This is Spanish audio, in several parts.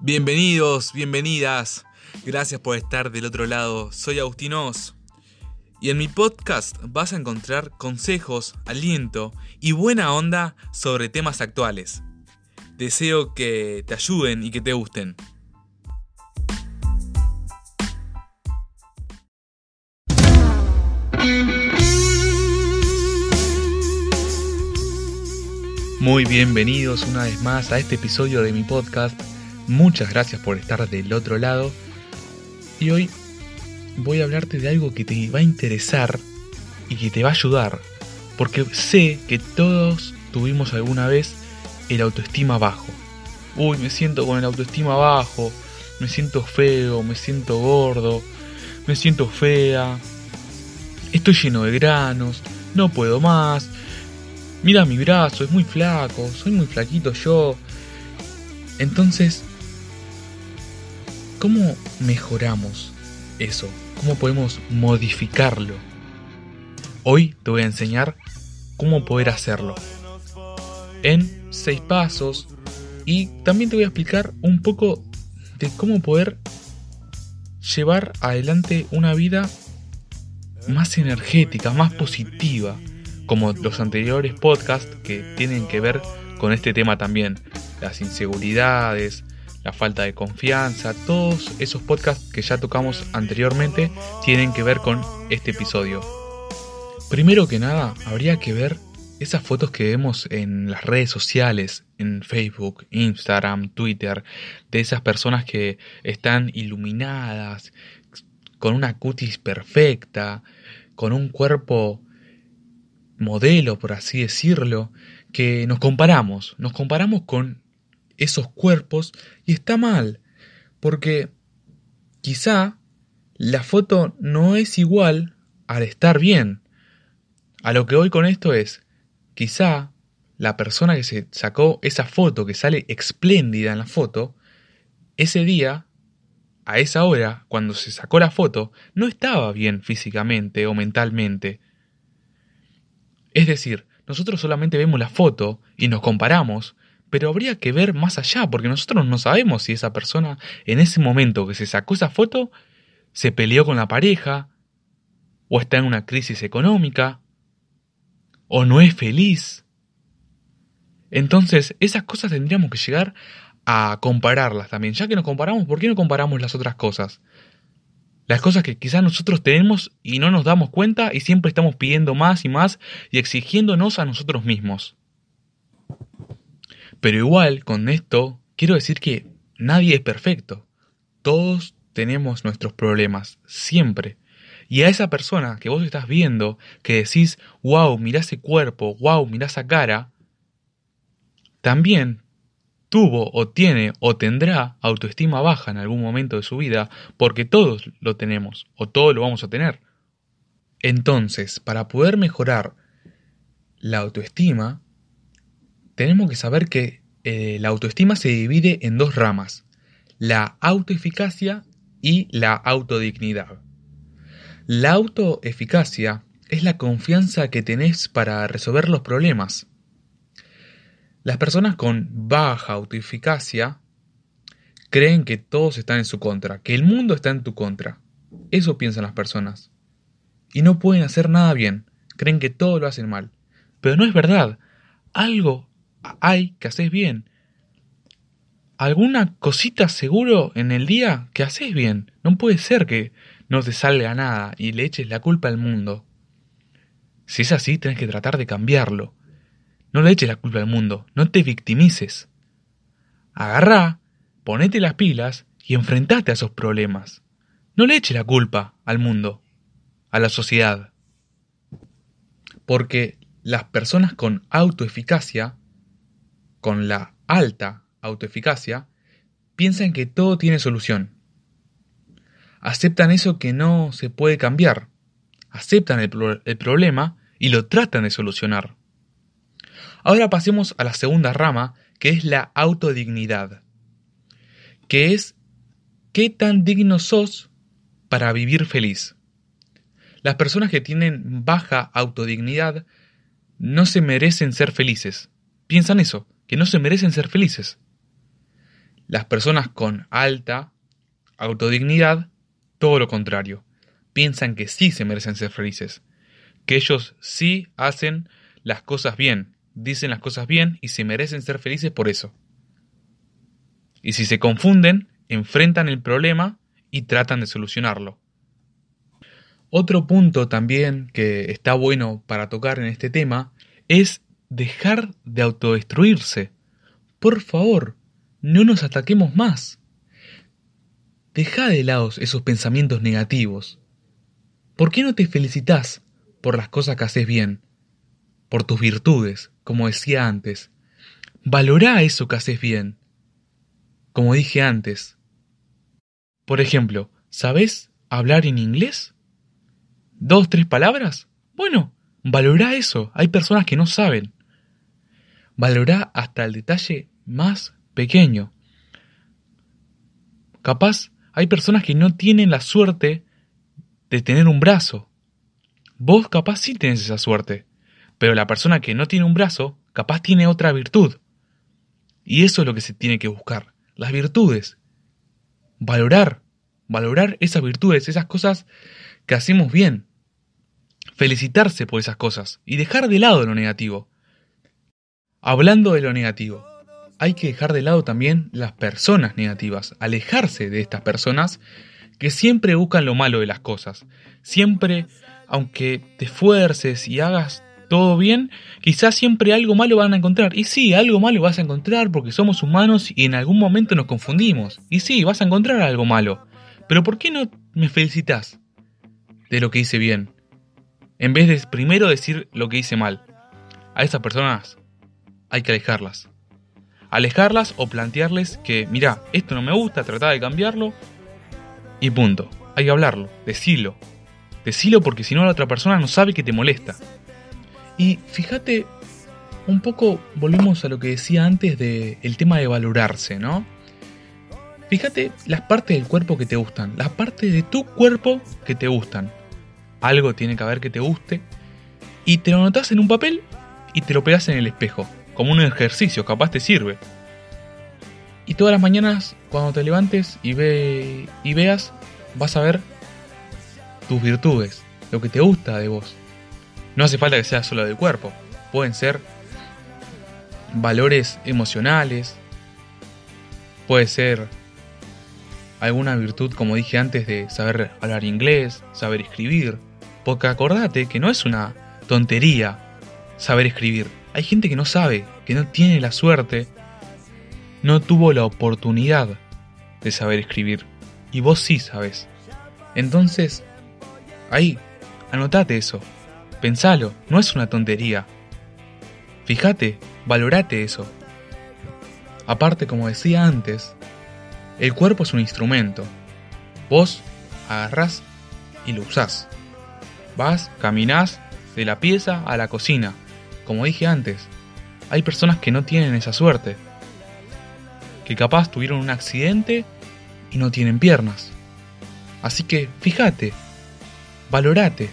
Bienvenidos, bienvenidas. Gracias por estar del otro lado. Soy Agustín Oz. Y en mi podcast vas a encontrar consejos, aliento y buena onda sobre temas actuales. Deseo que te ayuden y que te gusten. Muy bienvenidos una vez más a este episodio de mi podcast. Muchas gracias por estar del otro lado. Y hoy voy a hablarte de algo que te va a interesar y que te va a ayudar. Porque sé que todos tuvimos alguna vez el autoestima bajo. Uy, me siento con el autoestima bajo. Me siento feo, me siento gordo, me siento fea. Estoy lleno de granos, no puedo más. Mira mi brazo, es muy flaco, soy muy flaquito yo. Entonces, ¿cómo mejoramos eso? ¿Cómo podemos modificarlo? Hoy te voy a enseñar cómo poder hacerlo en 6 pasos y también te voy a explicar un poco de cómo poder llevar adelante una vida más energética, más positiva, como los anteriores podcasts que tienen que ver con este tema también. Las inseguridades, la falta de confianza, todos esos podcasts que ya tocamos anteriormente tienen que ver con este episodio. Primero que nada, habría que ver esas fotos que vemos en las redes sociales, en Facebook, Instagram, Twitter, de esas personas que están iluminadas, con una cutis perfecta, con un cuerpo modelo, por así decirlo, que nos comparamos con esos cuerpos y está mal, porque quizá la foto no es igual al estar bien. A lo que voy con esto es, quizá la persona que se sacó esa foto, que sale espléndida en la foto, ese día, a esa hora, cuando se sacó la foto, no estaba bien físicamente o mentalmente. Es decir, nosotros solamente vemos la foto y nos comparamos, pero habría que ver más allá, porque nosotros no sabemos si esa persona en ese momento que se sacó esa foto se peleó con la pareja, o está en una crisis económica, o no es feliz. Entonces, esas cosas tendríamos que llegar a compararlas también. Ya que nos comparamos, ¿por qué no comparamos las otras cosas? Las cosas que quizás nosotros tenemos y no nos damos cuenta y siempre estamos pidiendo más y más y exigiéndonos a nosotros mismos. Pero igual, con esto, quiero decir que nadie es perfecto. Todos tenemos nuestros problemas, siempre. Y a esa persona que vos estás viendo, que decís, wow, mirá ese cuerpo, wow, mirá esa cara, también tuvo o tiene o tendrá autoestima baja en algún momento de su vida, porque todos lo tenemos o todos lo vamos a tener. Entonces, para poder mejorar la autoestima, tenemos que saber que la autoestima se divide en 2 ramas, la autoeficacia y la autodignidad. La autoeficacia es la confianza que tenés para resolver los problemas. Las personas con baja autoeficacia creen que todos están en su contra, que el mundo está en tu contra. Eso piensan las personas. Y no pueden hacer nada bien, creen que todo lo hacen mal. Pero no es verdad, algo hay que haces bien. Alguna cosita seguro en el día que haces bien. No puede ser que no te salga nada y le eches la culpa al mundo. Si es así, tenés que tratar de cambiarlo. No le eches la culpa al mundo, no te victimices. Agarrá, ponete las pilas y enfrentate a esos problemas. No le eches la culpa al mundo, a la sociedad. Porque las personas con autoeficacia, con la alta autoeficacia, piensan que todo tiene solución. Aceptan eso que no se puede cambiar. Aceptan el problema y lo tratan de solucionar. Ahora pasemos a la segunda rama, que es la autodignidad. Que es, ¿qué tan digno sos para vivir feliz? Las personas que tienen baja autodignidad no se merecen ser felices. Piensan eso, que no se merecen ser felices. Las personas con alta autodignidad, todo lo contrario. Piensan que sí se merecen ser felices. Que ellos sí hacen las cosas bien, dicen las cosas bien y se merecen ser felices por eso. Y si se confunden, enfrentan el problema y tratan de solucionarlo. Otro punto también que está bueno para tocar en este tema es dejar de autodestruirse. Por favor, no nos ataquemos más. Deja de lado esos pensamientos negativos. ¿Por qué no te felicitas por las cosas que haces bien? Por tus virtudes, como decía antes. Valorá eso que haces bien. Como dije antes. Por ejemplo, ¿sabés hablar en inglés? 2, 3 palabras. Bueno, valorá eso. Hay personas que no saben. Valorá hasta el detalle más pequeño. Capaz hay personas que no tienen la suerte de tener un brazo. Vos capaz sí tenés esa suerte. Pero la persona que no tiene un brazo, capaz tiene otra virtud. Y eso es lo que se tiene que buscar. Las virtudes. Valorar esas virtudes, esas cosas que hacemos bien. Felicitarse por esas cosas y dejar de lado lo negativo. Hablando de lo negativo, hay que dejar de lado también las personas negativas, alejarse de estas personas que siempre buscan lo malo de las cosas. Siempre, aunque te esfuerces y hagas todo bien, quizás siempre algo malo van a encontrar. Y sí, algo malo vas a encontrar porque somos humanos y en algún momento nos confundimos. Y sí, vas a encontrar algo malo. Pero ¿por qué no me felicitas de lo que hice bien? En vez de primero decir lo que hice mal. A esas personas hay que alejarlas. Alejarlas o plantearles que, mirá, esto no me gusta, tratá de cambiarlo. Y punto. Hay que hablarlo, decilo. Decilo porque si no la otra persona no sabe que te molesta. Y fíjate, un poco volvemos a lo que decía antes del tema de valorarse, ¿no? Fíjate las partes del cuerpo que te gustan, las partes de tu cuerpo que te gustan. Algo tiene que haber que te guste y te lo anotás en un papel y te lo pegás en el espejo, como un ejercicio, capaz te sirve. Y todas las mañanas cuando te levantes y veas, vas a ver tus virtudes, lo que te gusta de vos. No hace falta que sea solo del cuerpo, pueden ser valores emocionales, puede ser alguna virtud, como dije antes, de saber hablar inglés, saber escribir, porque acordate que no es una tontería saber escribir. Hay gente que no sabe, que no tiene la suerte, no tuvo la oportunidad de saber escribir, y vos sí sabes. Entonces, ahí, anotate eso. Pensalo, no es una tontería. Fíjate, valorate eso. Aparte, como decía antes, el cuerpo es un instrumento. Vos agarrás y lo usás. Vas, caminás de la pieza a la cocina. Como dije antes, hay personas que no tienen esa suerte. Que capaz tuvieron un accidente y no tienen piernas. Así que, fíjate, valorate.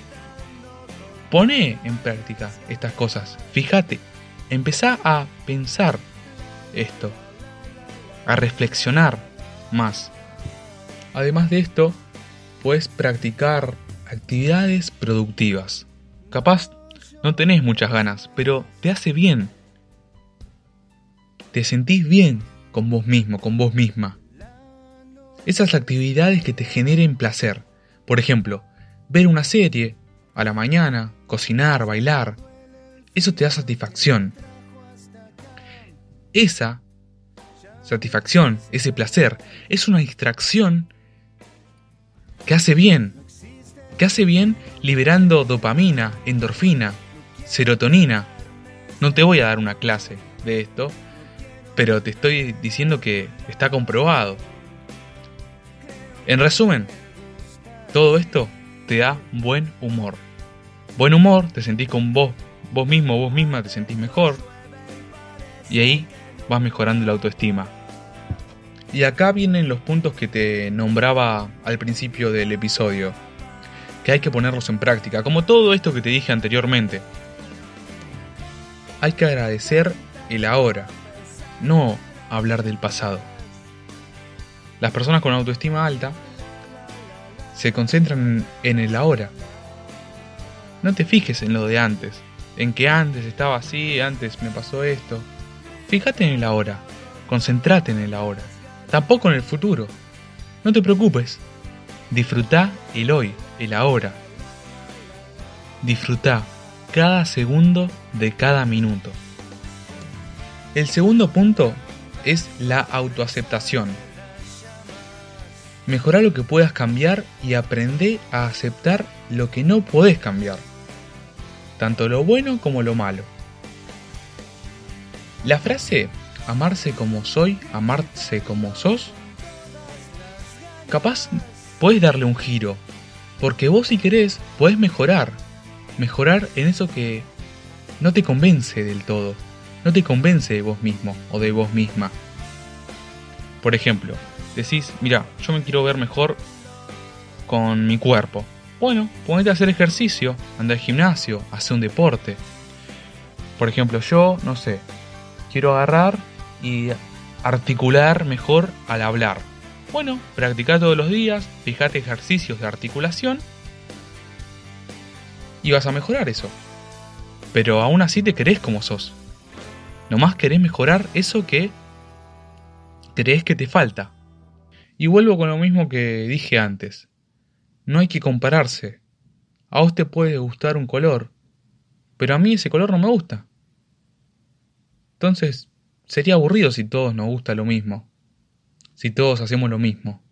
Poné en práctica estas cosas. Fíjate, empezá a pensar esto, a reflexionar más. Además de esto, puedes practicar actividades productivas. Capaz no tenés muchas ganas, pero te hace bien. Te sentís bien con vos mismo, con vos misma. Esas actividades que te generen placer. Por ejemplo, ver una serie a la mañana, cocinar, bailar. Eso te da satisfacción. Esa satisfacción, ese placer, es una distracción que hace bien. Que hace bien liberando dopamina, endorfina, serotonina. No te voy a dar una clase de esto, pero te estoy diciendo que está comprobado. En resumen, todo esto te da buen humor. Buen humor, te sentís con vos mismo, vos misma, te sentís mejor. Y ahí vas mejorando la autoestima. Y acá vienen los puntos que te nombraba al principio del episodio, que hay que ponerlos en práctica, como todo esto que te dije anteriormente. Hay que agradecer el ahora, no hablar del pasado. Las personas con autoestima alta se concentran en el ahora. No te fijes en lo de antes, en que antes estaba así, antes me pasó esto. Fíjate en el ahora, concentrate en el ahora, tampoco en el futuro. No te preocupes, disfrutá el hoy, el ahora. Disfrutá cada segundo de cada minuto. El segundo punto es la autoaceptación. Mejorá lo que puedas cambiar y aprendé a aceptar lo que no podés cambiar, tanto lo bueno como lo malo. La frase amarse como soy, amarse como sos, capaz podés darle un giro, porque vos si querés podés mejorar en eso que no te convence del todo, no te convence de vos mismo o de vos misma. Por ejemplo, decís, mira, yo me quiero ver mejor con mi cuerpo. Bueno, ponete a hacer ejercicio, anda al gimnasio, hace un deporte. Por ejemplo, yo, no sé, quiero agarrar y articular mejor al hablar. Bueno, practicá todos los días, fíjate ejercicios de articulación y vas a mejorar eso. Pero aún así te querés como sos. Nomás querés mejorar eso que crees que te falta. Y vuelvo con lo mismo que dije antes. No hay que compararse. A vos te puede gustar un color, pero a mí ese color no me gusta. Entonces, sería aburrido si todos nos gusta lo mismo. Si todos hacemos lo mismo.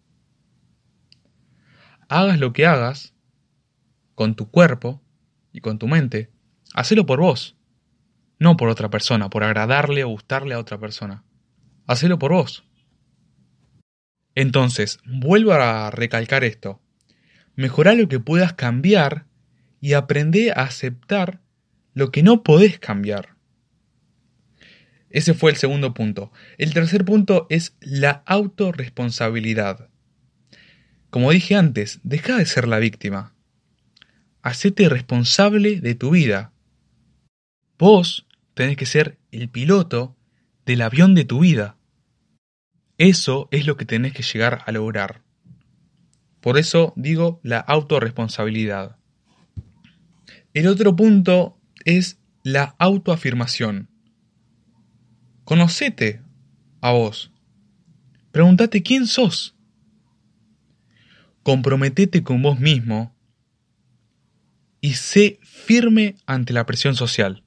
Hagas lo que hagas, con tu cuerpo y con tu mente, hacelo por vos. No por otra persona, por agradarle o gustarle a otra persona. Hacelo por vos. Entonces, vuelvo a recalcar esto. Mejorá lo que puedas cambiar y aprendé a aceptar lo que no podés cambiar. Ese fue el segundo punto. El tercer punto es la autorresponsabilidad. Como dije antes, deja de ser la víctima. Hacete responsable de tu vida. Vos tenés que ser el piloto del avión de tu vida. Eso es lo que tenés que llegar a lograr. Por eso digo la autorresponsabilidad. El otro punto es la autoafirmación. Conocete a vos. Pregúntate quién sos. Comprometete con vos mismo y sé firme ante la presión social.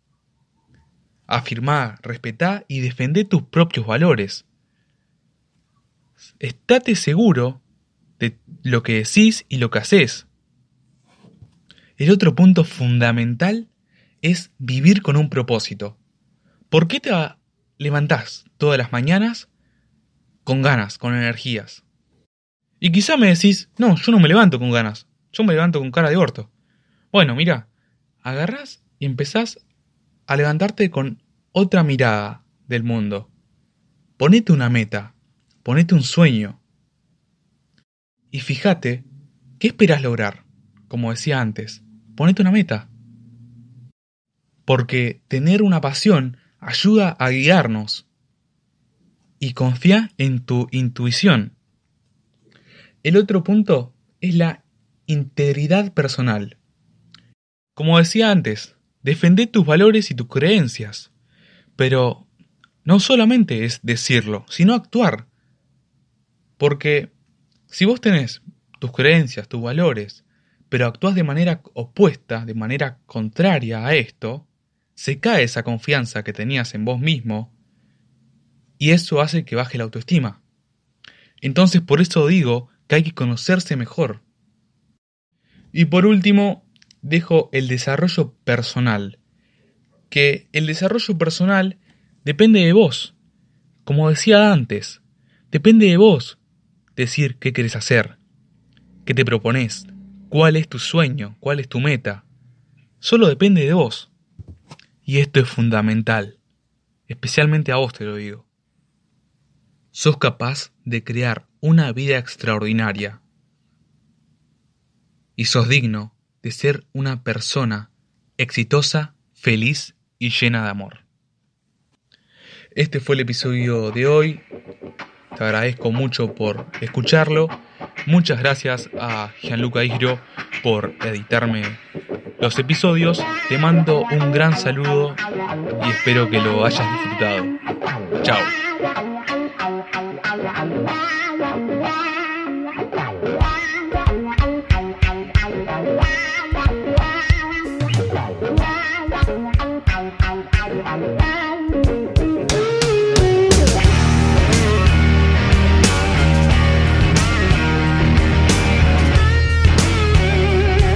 Afirmá, respetá y defendé tus propios valores. Estate seguro de lo que decís y lo que haces. El otro punto fundamental es vivir con un propósito. ¿Por qué te levantás todas las mañanas con ganas, con energías? Y quizá me decís, no, yo no me levanto con ganas, yo me levanto con cara de orto. Bueno, mira, agarrás y empezás a levantarte con otra mirada del mundo. Ponete una meta, ponete un sueño. Y fíjate, ¿qué esperás lograr? Como decía antes, ponete una meta. Porque tener una pasión ayuda a guiarnos. Y confía en tu intuición. El otro punto es la integridad personal. Como decía antes, defendé tus valores y tus creencias. Pero no solamente es decirlo, sino actuar. Porque si vos tenés tus creencias, tus valores, pero actúas de manera opuesta, de manera contraria a esto, se cae esa confianza que tenías en vos mismo y eso hace que baje la autoestima. Entonces por eso digo que hay que conocerse mejor. Y por último, dejo el desarrollo personal. Que el desarrollo personal depende de vos. Como decía antes, depende de vos decir qué querés hacer, qué te proponés, cuál es tu sueño, cuál es tu meta. Solo depende de vos. Y esto es fundamental. Especialmente a vos te lo digo. Sos capaz de crear una vida extraordinaria. Y sos digno de ser una persona exitosa, feliz y llena de amor. Este fue el episodio de hoy. Te agradezco mucho por escucharlo. Muchas gracias a Gianluca Isgro por editarme los episodios. Te mando un gran saludo y espero que lo hayas disfrutado. Chao.